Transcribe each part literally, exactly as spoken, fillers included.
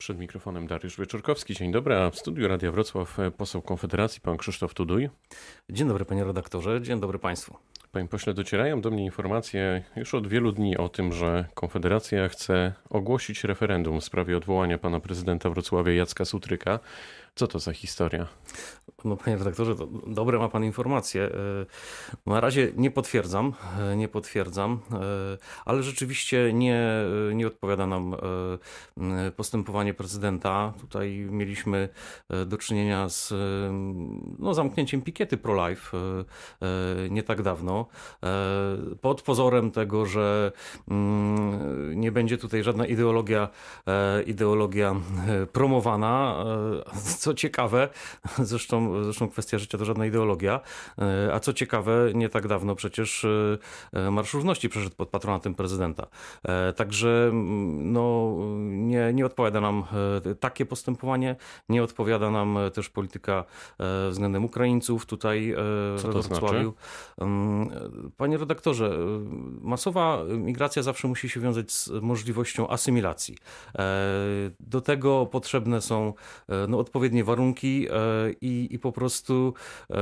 Przed mikrofonem Dariusz Wieczorkowski. Dzień dobry, a w studiu Radia Wrocław poseł Konfederacji, pan Krzysztof Tuduj. Dzień dobry panie redaktorze, dzień dobry państwu. Panie pośle, docierają do mnie informacje już od wielu dni o tym, że Konfederacja chce ogłosić referendum w sprawie odwołania pana prezydenta Wrocławia Jacka Sutryka. Co to za historia? No panie redaktorze, to dobre ma pan informacje. Na razie nie potwierdzam, nie potwierdzam, ale rzeczywiście nie, nie odpowiada nam postępowanie prezydenta. Tutaj mieliśmy do czynienia z no, zamknięciem pikiety pro-life nie tak dawno. Pod pozorem tego, że nie będzie tutaj żadna ideologia, ideologia promowana. Co ciekawe, zresztą, zresztą kwestia życia to żadna ideologia, a co ciekawe, nie tak dawno przecież Marsz Równości przeszedł pod patronatem prezydenta. Także no, nie, nie odpowiada nam takie postępowanie, nie odpowiada nam też polityka względem Ukraińców tutaj co we Wrocławiu. Znaczy? Panie redaktorze, masowa migracja zawsze musi się wiązać z możliwością asymilacji. Do tego potrzebne są no, odpowiednie warunki i, i po prostu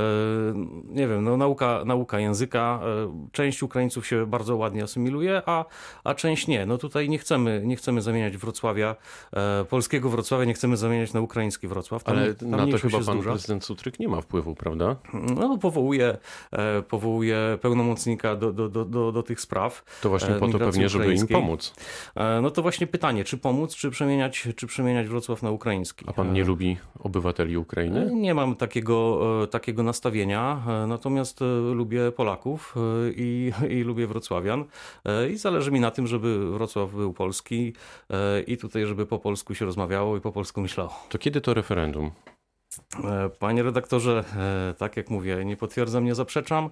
nie wiem, no, nauka, nauka języka. Część Ukraińców się bardzo ładnie asymiluje, a, a część nie. No tutaj nie chcemy, nie chcemy zamieniać Wrocławia, polskiego Wrocławia, nie chcemy zamieniać na ukraiński Wrocław. Tam, Ale tam na to chyba pan duża. prezydent Sutryk nie ma wpływu, prawda? No powołuje, powołuje pełnomocnika do, do, do, do, do tych spraw. To właśnie po to pewnie, żeby im pomóc. No to właśnie pytanie, czy pomóc, czy przemieniać, czy przemieniać Wrocław na ukraiński. A pan nie lubi obywateli Ukrainy? Nie mam takiego, takiego nastawienia, natomiast lubię Polaków i, i lubię wrocławian i zależy mi na tym, żeby Wrocław był polski i tutaj, żeby po polsku się rozmawiało i po polsku myślało. To kiedy to referendum? Panie redaktorze, tak jak mówię, nie potwierdzam, nie zaprzeczam.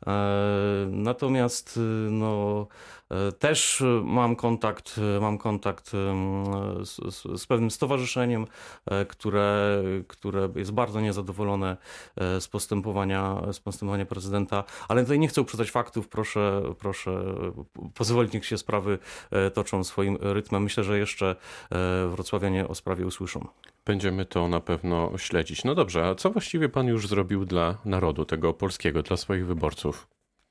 Natomiast no, też mam kontakt, mam kontakt z, z, z pewnym stowarzyszeniem, które, które jest bardzo niezadowolone z postępowania, z postępowania prezydenta, ale tutaj nie chcę uprzedzać faktów, proszę, proszę pozwolić, niech się sprawy toczą swoim rytmem. Myślę, że jeszcze wrocławianie o sprawie usłyszą. Będziemy to na pewno śledzić. No dobrze, a co właściwie pan już zrobił dla narodu tego polskiego, dla swoich wyborców?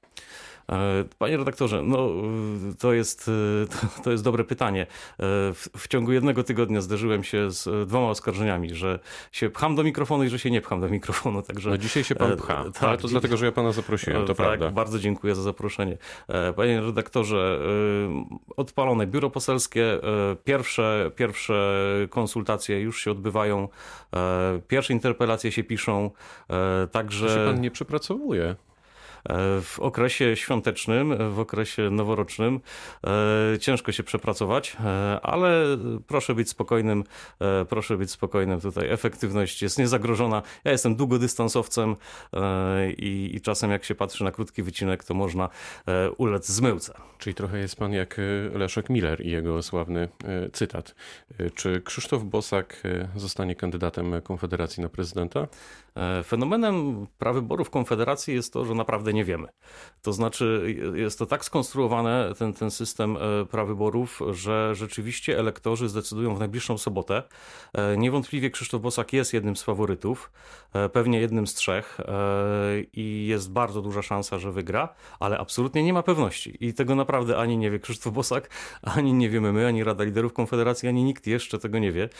Panie redaktorze, no to jest, to jest dobre pytanie. W, w ciągu jednego tygodnia zderzyłem się z dwoma oskarżeniami, że się pcham do mikrofonu i że się nie pcham do mikrofonu. Także, no dzisiaj się pan pcha, tak, ale to dlatego, że ja pana zaprosiłem, to tak, prawda. Bardzo dziękuję za zaproszenie. Panie redaktorze, odpalone biuro poselskie, pierwsze, pierwsze konsultacje już się odbywają, pierwsze interpelacje się piszą, także... To się pan nie przepracowuje. W okresie świątecznym, w okresie noworocznym ciężko się przepracować, ale proszę być spokojnym, proszę być spokojnym. Tutaj efektywność jest niezagrożona. Ja jestem długodystansowcem i, i czasem jak się patrzy na krótki wycinek, to można ulec zmyłce. Czyli trochę jest pan jak Leszek Miller i jego sławny cytat. Czy Krzysztof Bosak zostanie kandydatem Konfederacji na prezydenta? Fenomenem prawyborów Konfederacji jest to, że naprawdę nie wiemy. To znaczy jest to tak skonstruowane, ten, ten system prawyborów, że rzeczywiście elektorzy zdecydują w najbliższą sobotę. Niewątpliwie Krzysztof Bosak jest jednym z faworytów, pewnie jednym z trzech i jest bardzo duża szansa, że wygra, ale absolutnie nie ma pewności. I tego naprawdę ani nie wie Krzysztof Bosak, ani nie wiemy my, ani Rada Liderów Konfederacji, ani nikt jeszcze tego nie wie.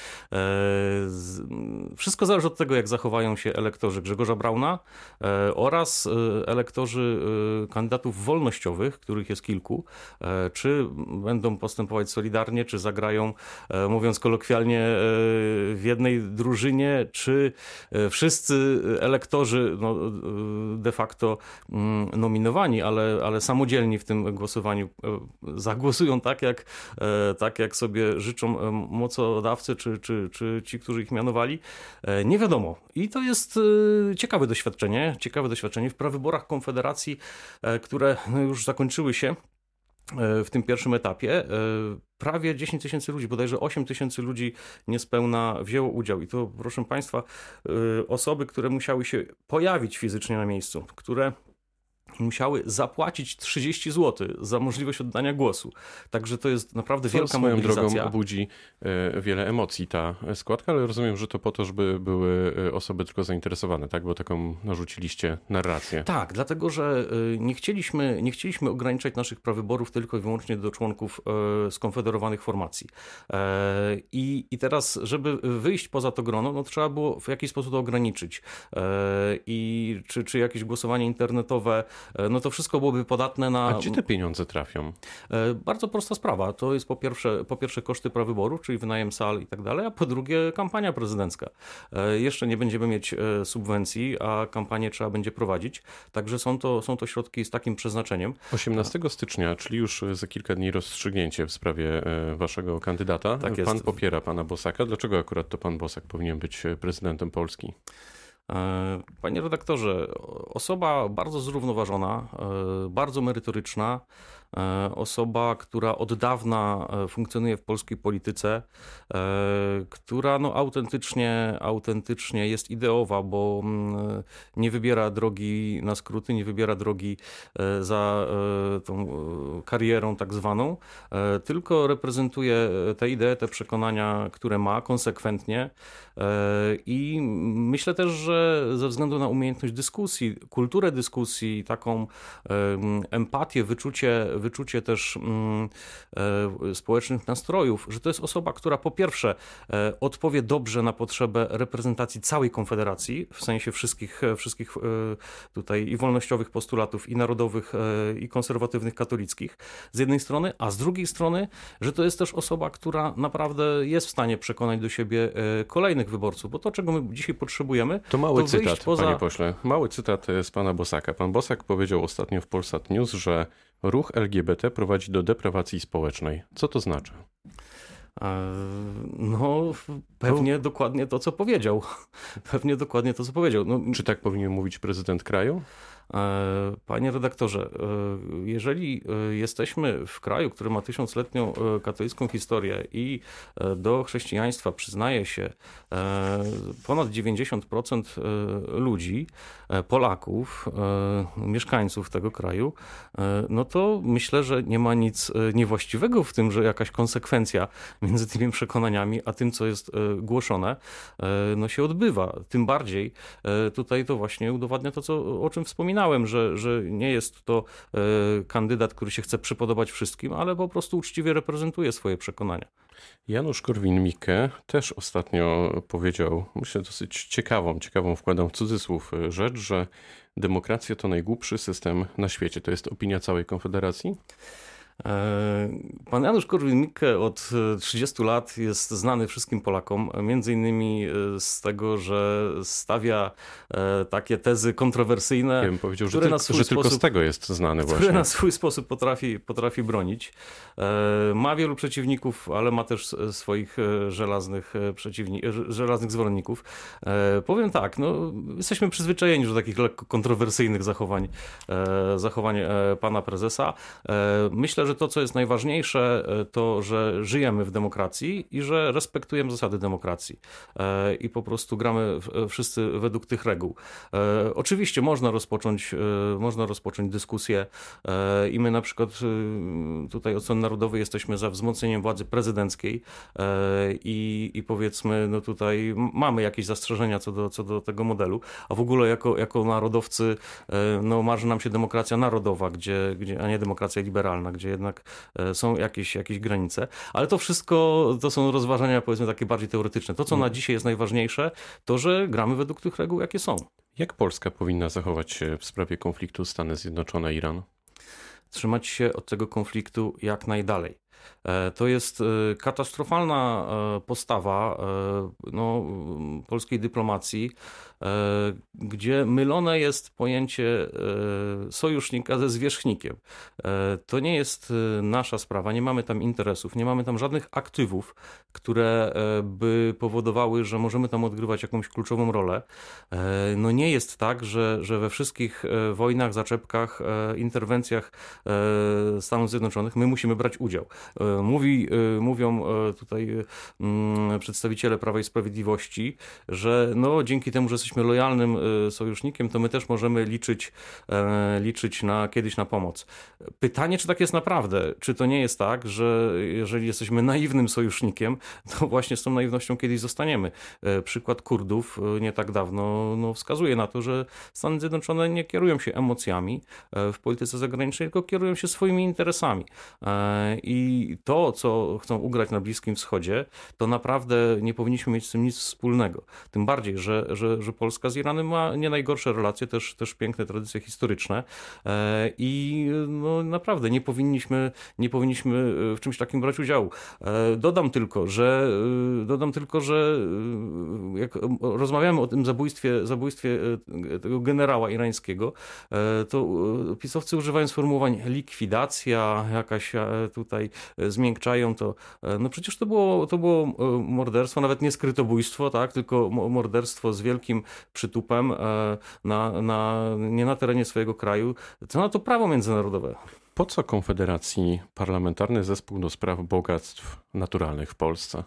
Wszystko zależy od tego, jak zachowają się elektorzy Grzegorza Brauna oraz elektorzy kandydatów wolnościowych, których jest kilku, czy będą postępować solidarnie, czy zagrają, mówiąc kolokwialnie, w jednej drużynie, czy wszyscy elektorzy no, de facto nominowani, ale, ale samodzielni w tym głosowaniu zagłosują tak, jak, tak, jak sobie życzą mocodawcy, czy, czy, czy ci, którzy ich mianowali. Nie wiadomo. I to jest ciekawe doświadczenie, ciekawe doświadczenie w prawyborach Konfederacji, które już zakończyły się w tym pierwszym etapie. Prawie dziesięć tysięcy ludzi, bodajże osiem tysięcy ludzi niespełna wzięło udział. I to, proszę Państwa, osoby, które musiały się pojawić fizycznie na miejscu, które musiały zapłacić trzydzieści złotych za możliwość oddania głosu. Także to jest naprawdę Co wielka swoją mobilizacja. drogą budzi e, wiele emocji ta składka, ale rozumiem, że to po to, żeby były e, osoby tylko zainteresowane, tak? Bo taką narzuciliście narrację. Tak, dlatego że y, nie chcieliśmy, nie chcieliśmy ograniczać naszych prawyborów tylko i wyłącznie do członków e, skonfederowanych formacji. E, I i teraz, żeby wyjść poza to grono, no trzeba było w jakiś sposób to ograniczyć. E, I czy, czy jakieś głosowanie internetowe, e, no to wszystko byłoby podatne na... A gdzie te pieniądze trafią? E, Bardzo prosta sprawa. To jest po pierwsze, po pierwsze koszty prawyborów, czyli wynajem sal i tak dalej, a po drugie kampania prezydencka. E, Jeszcze nie będziemy mieć e, subwencji, a kampanię trzeba będzie prowadzić. Także są to, są to środki z takim przeznaczeniem. osiemnastego stycznia, czyli już za kilka dni rozstrzygnięcie w sprawie e, waszego kandydata. Tak Pan jest. popiera pana Bosaka. Dlaczego akurat to pan Bosak powinien być prezydentem Polski? E, Panie redaktorze, osoba bardzo zrównoważona, e, bardzo merytoryczna, e, osoba, która od dawna e, funkcjonuje w polskiej polityce, e, która no autentycznie, autentycznie jest ideowa, bo mm, nie wybiera drogi na skróty, nie wybiera drogi e, za e, tą e, karierą tak zwaną, e, tylko reprezentuje te idee, te przekonania, które ma konsekwentnie e, i myślę też, że ze względu na umiejętność dyskusji, kulturę dyskusji, taką em, empatię, wyczucie, wyczucie też mm, e, społecznych nastrojów, że to jest osoba, która po pierwsze e, odpowie dobrze na potrzebę reprezentacji całej Konfederacji, w sensie wszystkich, wszystkich e, tutaj i wolnościowych postulatów, i narodowych, e, i konserwatywnych, katolickich z jednej strony, a z drugiej strony, że to jest też osoba, która naprawdę jest w stanie przekonać do siebie e, kolejnych wyborców, bo to, czego my dzisiaj potrzebujemy, To mały to wyjść cytat, poza- panie pośle. Mały cytat z pana Bosaka. Pan Bosak powiedział ostatnio w Polsat News, że ruch L G B T prowadzi do deprawacji społecznej. Co to znaczy? E, No, pewnie dokładnie to, co powiedział. Pewnie dokładnie to, co powiedział. No, Czy tak powinien mówić prezydent kraju? e, Panie redaktorze, e, jeżeli e, jesteśmy w kraju, który ma tysiącletnią e, katolicką historię i e, do chrześcijaństwa przyznaje się e, ponad dziewięćdziesiąt procent e, ludzi, e, Polaków, e, mieszkańców tego kraju, e, no to myślę, że nie ma nic e, niewłaściwego w tym, że jakaś konsekwencja między tymi przekonaniami, a tym, co jest e, głoszone, e, no się odbywa. Tym bardziej e, tutaj to właśnie udowadnia to, co, o czym wspominałem, że, że nie jest to e, kandydat, który się chce przypodobać wszystkim, ale po prostu uczciwie reprezentuje swoje przekonania. Janusz Korwin-Mikke też ostatnio powiedział, myślę dosyć ciekawą, ciekawą wkładam w cudzysłów rzecz, że demokracja to najgłupszy system na świecie. To jest opinia całej Konfederacji? E, Pan Janusz Korwin-Mikke od trzydziestu lat jest znany wszystkim Polakom, między innymi e, z tego, że stawia e, takie tezy kontrowersyjne, Ja bym powiedział, że, które tyl- na swój że tylko z sposób- tego jest znany które właśnie. na swój sposób potrafi, potrafi bronić. E, Ma wielu przeciwników, ale ma też s- swoich e, żelaznych, e, przeciwni- e, ż- żelaznych zwolenników. E, Powiem tak, no, jesteśmy przyzwyczajeni do takich lekko kontrowersyjnych zachowań, e, zachowań e, pana prezesa. E, Myślę, że to, co jest najważniejsze, e, to, że żyjemy w demokracji i że respektujemy zasady demokracji. E, I po prostu gramy w- wszyscy według tych reguł. E, Oczywiście można rozpocząć, e, można rozpocząć dyskusję e, i my na przykład e, tutaj od strony narodowej jesteśmy za wzmocnieniem władzy prezydenckiej e, i, i powiedzmy, no tutaj m- mamy jakieś zastrzeżenia co do, co do tego modelu, a w ogóle jako, jako narodowcy e, no marzy nam się demokracja narodowa, gdzie, gdzie, a nie demokracja liberalna, gdzie jednak e, są jakieś, jakieś granice, ale to wszystko to są rozważania powiedzmy takie bardziej teoretyczne. To, co na dzisiaj jest najważniejsze, to, że gramy według tych reguł, jakie są. Jak Polska powinna zachować się w sprawie konfliktu Stany Zjednoczone-Iran? Trzymać się od tego konfliktu jak najdalej. E, To jest e, katastrofalna e, postawa e, no, m, polskiej dyplomacji, e, gdzie mylone jest pojęcie e, sojusznika ze zwierzchnikiem. E, To nie jest e, nasza sprawa, nie mamy tam interesów, nie mamy tam żadnych aktywów, które e, by powodowały, że możemy tam odgrywać jakąś kluczową rolę. E, No nie jest tak, że, że we wszystkich e, wojnach, zaczepkach, e, interwencjach e, Stanów Zjednoczonych my musimy brać udział. Mówi, mówią tutaj przedstawiciele Prawa i Sprawiedliwości, że no, dzięki temu, że jesteśmy lojalnym sojusznikiem, to my też możemy liczyć, liczyć na, kiedyś na pomoc. Pytanie, czy tak jest naprawdę? Czy to nie jest tak, że jeżeli jesteśmy naiwnym sojusznikiem, to właśnie z tą naiwnością kiedyś zostaniemy? Przykład Kurdów nie tak dawno no, wskazuje na to, że Stany Zjednoczone nie kierują się emocjami w polityce zagranicznej, tylko kierują się swoimi interesami. I to, co chcą ugrać na Bliskim Wschodzie, to naprawdę nie powinniśmy mieć z tym nic wspólnego. Tym bardziej, że, że, że Polska z Iranem ma nie najgorsze relacje, też, też piękne tradycje historyczne i no, naprawdę nie powinniśmy, nie powinniśmy w czymś takim brać udziału. Dodam tylko, że, dodam tylko, że jak rozmawiamy o tym zabójstwie, zabójstwie tego generała irańskiego, to pisowcy używają sformułowań likwidacja, jakaś tutaj zmiękczają to. No przecież to było, to było morderstwo, nawet nie skrytobójstwo, tak, tylko morderstwo z wielkim przytupem na, na, nie na terenie swojego kraju. Co na to prawo międzynarodowe? Po co Konfederacji Parlamentarny Zespół do Spraw Bogactw Naturalnych w Polsce?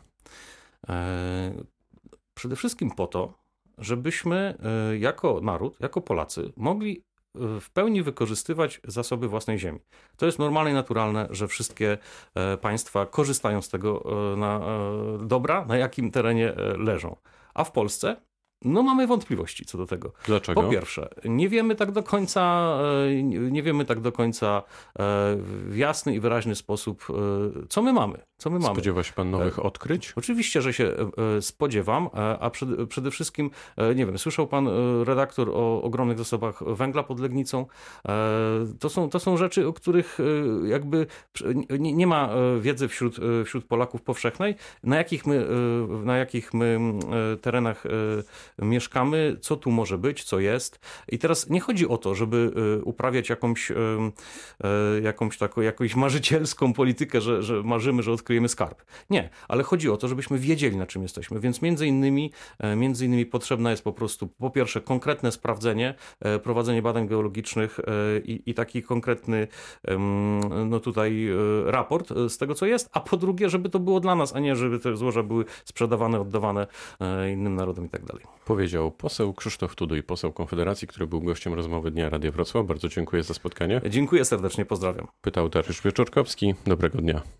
Przede wszystkim po to, żebyśmy jako naród, jako Polacy mogli w pełni wykorzystywać zasoby własnej ziemi. To jest normalne i naturalne, że wszystkie państwa korzystają z tego na dobra, na jakim terenie leżą. A w Polsce no mamy wątpliwości co do tego. Dlaczego? Po pierwsze, nie wiemy tak do końca, nie wiemy tak do końca w jasny i wyraźny sposób, co my mamy. Co my mamy. Spodziewa się pan nowych odkryć? Oczywiście, że się spodziewam, a przede, przede wszystkim, nie wiem, słyszał pan redaktor o ogromnych zasobach węgla pod Legnicą. To są, to są rzeczy, o których jakby nie, nie ma wiedzy wśród, wśród Polaków powszechnej, na jakich my, na jakich my terenach mieszkamy, co tu może być, co jest. I teraz nie chodzi o to, żeby uprawiać jakąś, jakąś taką, jakąś marzycielską politykę, że, że marzymy, że odkryjemy skarb. Nie, ale chodzi o to, żebyśmy wiedzieli, na czym jesteśmy. Więc między innymi, między innymi potrzebna jest po prostu, po pierwsze, konkretne sprawdzenie, prowadzenie badań geologicznych i, i taki konkretny no tutaj raport z tego, co jest, a po drugie, żeby to było dla nas, a nie żeby te złoża były sprzedawane, oddawane innym narodom i tak dalej. Powiedział poseł Krzysztof Tuduj, poseł Konfederacji, który był gościem rozmowy Dnia Radia Wrocław. Bardzo dziękuję za spotkanie. Dziękuję serdecznie, pozdrawiam. Pytał Dariusz Wieczorkowski. Dobrego dnia.